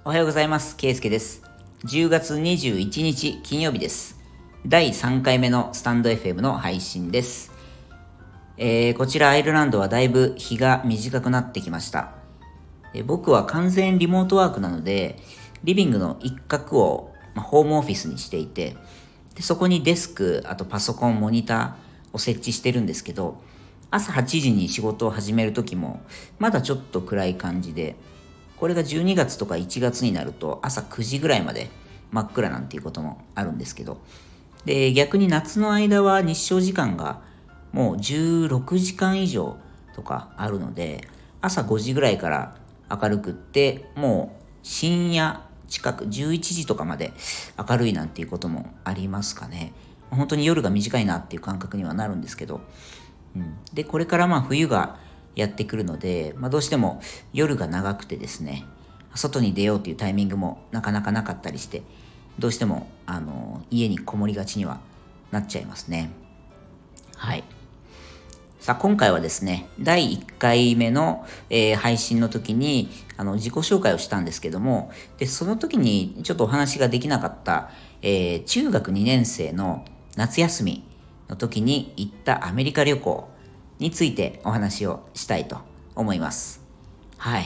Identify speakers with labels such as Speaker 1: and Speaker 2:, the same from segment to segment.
Speaker 1: おはようございます。ケイスケです。10月21日金曜日です。第3回目のスタンド FM の配信です。こちらアイルランドはだいぶ日が短くなってきました。僕は完全リモートワークなので、リビングの一角を、ホームオフィスにしていて、でそこにデスク、あとパソコン、モニターを設置してるんですけど、朝8時に仕事を始める時もまだちょっと暗い感じで、これが12月とか1月になると朝9時ぐらいまで真っ暗なんていうこともあるんですけど、で逆に夏の間は日照時間がもう16時間以上とかあるので、朝5時ぐらいから明るくって、もう深夜近く11時とかまで明るいなんていうこともありますかね。本当に夜が短いなっていう感覚にはなるんですけど、でこれから冬がやってくるので、どうしても夜が長くてですね、外に出ようというタイミングもなかなかなかったりして、どうしても家にこもりがちにはなっちゃいますね。はい。さあ今回はですね、第1回目の、配信の時に自己紹介をしたんですけども、でその時にちょっとお話ができなかった、中学2年生の夏休みの時に行ったアメリカ旅行についてお話をしたいと思います。はい。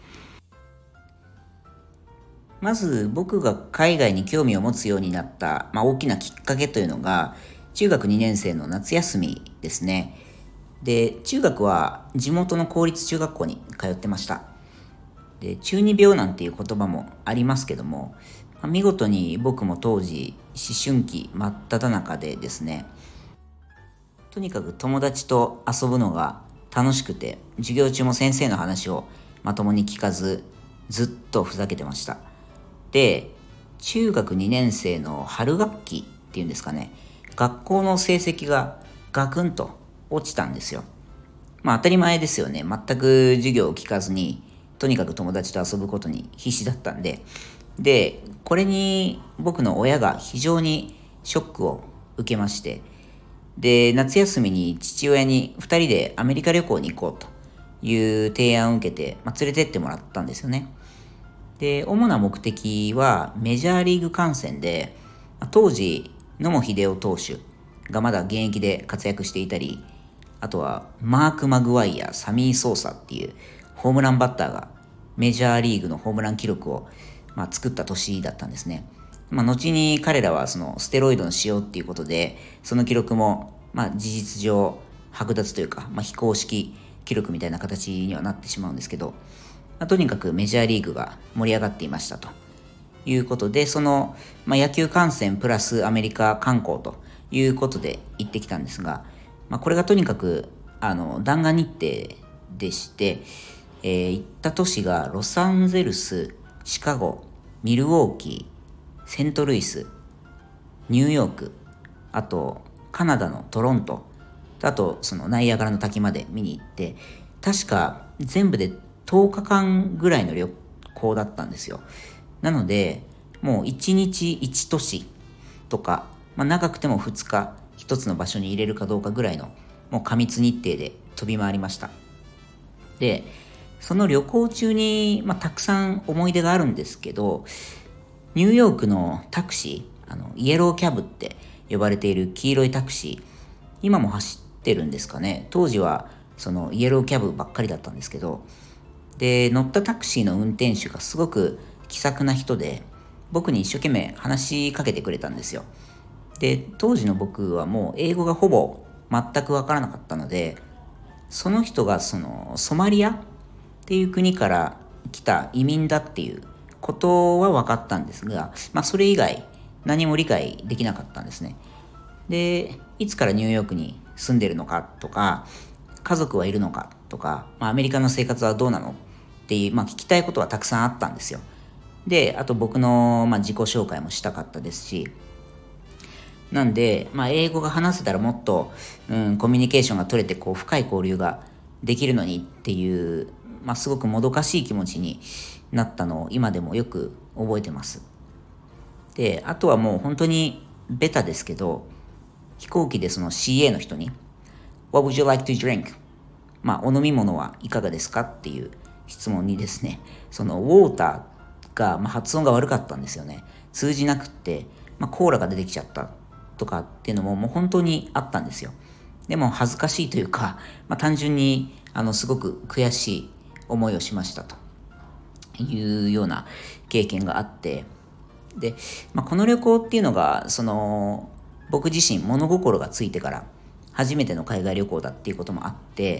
Speaker 1: まず僕が海外に興味を持つようになった、大きなきっかけというのが中学2年生の夏休みですね。で、中学は地元の公立中学校に通ってました。で、中二病なんていう言葉もありますけども、見事に僕も当時思春期真っ只中でですね、とにかく友達と遊ぶのが楽しくて、授業中も先生の話をまともに聞かず、ずっとふざけてました。で、中学2年生の春学期っていうんですかね、学校の成績がガクンと落ちたんですよ。当たり前ですよね。全く授業を聞かずに、とにかく友達と遊ぶことに必死だったんで。で、これに僕の親が非常にショックを受けまして、で、夏休みに父親に2人でアメリカ旅行に行こうという提案を受けて、連れてってもらったんですよね。で、主な目的はメジャーリーグ観戦で、当時野茂英雄投手がまだ現役で活躍していたり、あとはマーク・マグワイア、サミー・ソーサっていうホームランバッターがメジャーリーグのホームラン記録を、作った年だったんですね。後に彼らはそのステロイドの使用っていうことで、その記録も事実上剥奪というか、非公式記録みたいな形にはなってしまうんですけど、とにかくメジャーリーグが盛り上がっていましたということで、その、野球観戦プラスアメリカ観光ということで行ってきたんですが、これがとにかく弾丸日程でして、行った都市がロサンゼルス、シカゴ、ミルウォーキー、セントルイス、ニューヨーク、あとカナダのトロント、あとそのナイアガラの滝まで見に行って、確か全部で10日間ぐらいの旅行だったんですよ。なのでもう1日1都市とか、長くても2日一つの場所に入れるかどうかぐらいのもう過密日程で飛び回りました。で、その旅行中に、たくさん思い出があるんですけど、ニューヨークのタクシー、イエローキャブって呼ばれている黄色いタクシー、今も走ってるんですかね。当時はそのイエローキャブばっかりだったんですけど、で乗ったタクシーの運転手がすごく気さくな人で、僕に一生懸命話しかけてくれたんですよ。で、当時の僕はもう英語がほぼ全くわからなかったので、その人がそのソマリアっていう国から来た移民だっていうことは分かったんですが、それ以外何も理解できなかったんですね。で、いつからニューヨークに住んでるのかとか、家族はいるのかとか、アメリカの生活はどうなのっていう、聞きたいことはたくさんあったんですよ。で、あと僕の、自己紹介もしたかったですし、なんで、英語が話せたらもっと、コミュニケーションが取れて深い交流ができるのにっていう、すごくもどかしい気持ちになったのを今でもよく覚えてます。で、あとはもう本当にベタですけど、飛行機でその CA の人に What would you like to drink? お飲み物はいかがですかっていう質問にですね、そのウォーターが、発音が悪かったんですよね。通じなくって、コーラが出てきちゃったとかっていうのももう本当にあったんですよ。でも恥ずかしいというか、単純にすごく悔しい思いをしましたというような経験があって、で、この旅行っていうのが僕自身物心がついてから初めての海外旅行だっていうこともあって、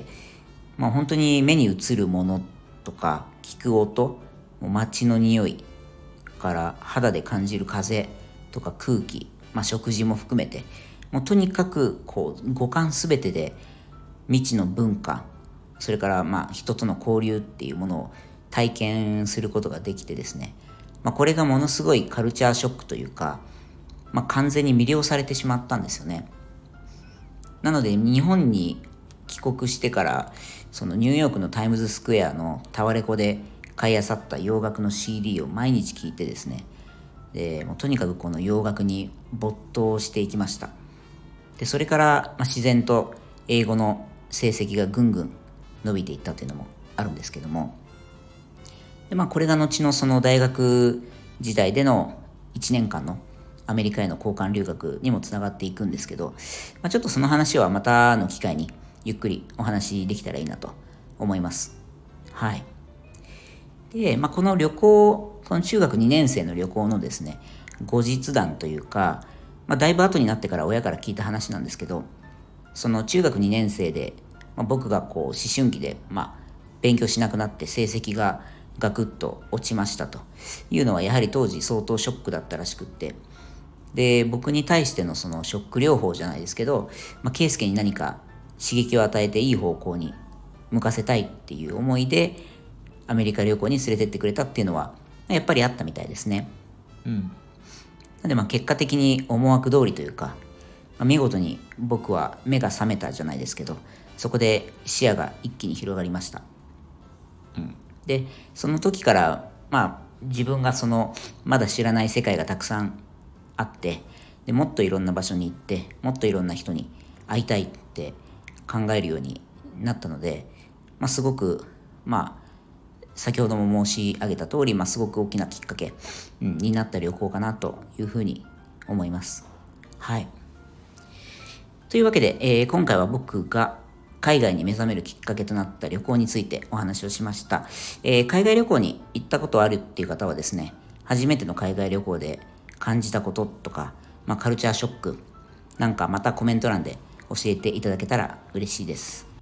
Speaker 1: 本当に目に映るものとか聞く音、街の匂いから肌で感じる風とか空気、食事も含めて、もうとにかく五感すべてで未知の文化、それから人との交流っていうものを体験することができてですね、これがものすごいカルチャーショックというか、完全に魅了されてしまったんですよね。なので日本に帰国してから、そのニューヨークのタイムズスクエアのタワレコで買い漁った洋楽の CD を毎日聴いてですね、でもうとにかくこの洋楽に没頭していきました。でそれから、自然と英語の成績がぐんぐん伸びていったというのもあるんですけども、でこれが後のその大学時代での1年間のアメリカへの交換留学にもつながっていくんですけど、ちょっとその話はまたの機会にゆっくりお話できたらいいなと思います。はい。で、この旅行、この中学2年生の旅行のですね、後日談というか、だいぶ後になってから親から聞いた話なんですけど、その中学2年生で、僕が思春期で、勉強しなくなって成績がガクッと落ちましたというのはやはり当時相当ショックだったらしくって、で僕に対してのそのショック療法じゃないですけど、圭介に何か刺激を与えていい方向に向かせたいっていう思いでアメリカ旅行に連れてってくれたっていうのはやっぱりあったみたいですね。なんで結果的に思惑通りというか、見事に僕は目が覚めたじゃないですけど、そこで視野が一気に広がりました。でその時から自分がまだ知らない世界がたくさんあって、でもっといろんな場所に行ってもっといろんな人に会いたいって考えるようになったので、すごく先ほども申し上げた通り、すごく大きなきっかけ、になった旅行かなというふうに思います。はい。というわけで、今回は僕が海外に目覚めるきっかけとなった旅行についてお話をしました。海外旅行に行ったことあるっていう方はですね、初めての海外旅行で感じたこととか、カルチャーショックなんかまたコメント欄で教えていただけたら嬉しいです。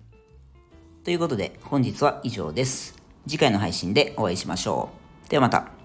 Speaker 1: ということで本日は以上です。次回の配信でお会いしましょう。ではまた。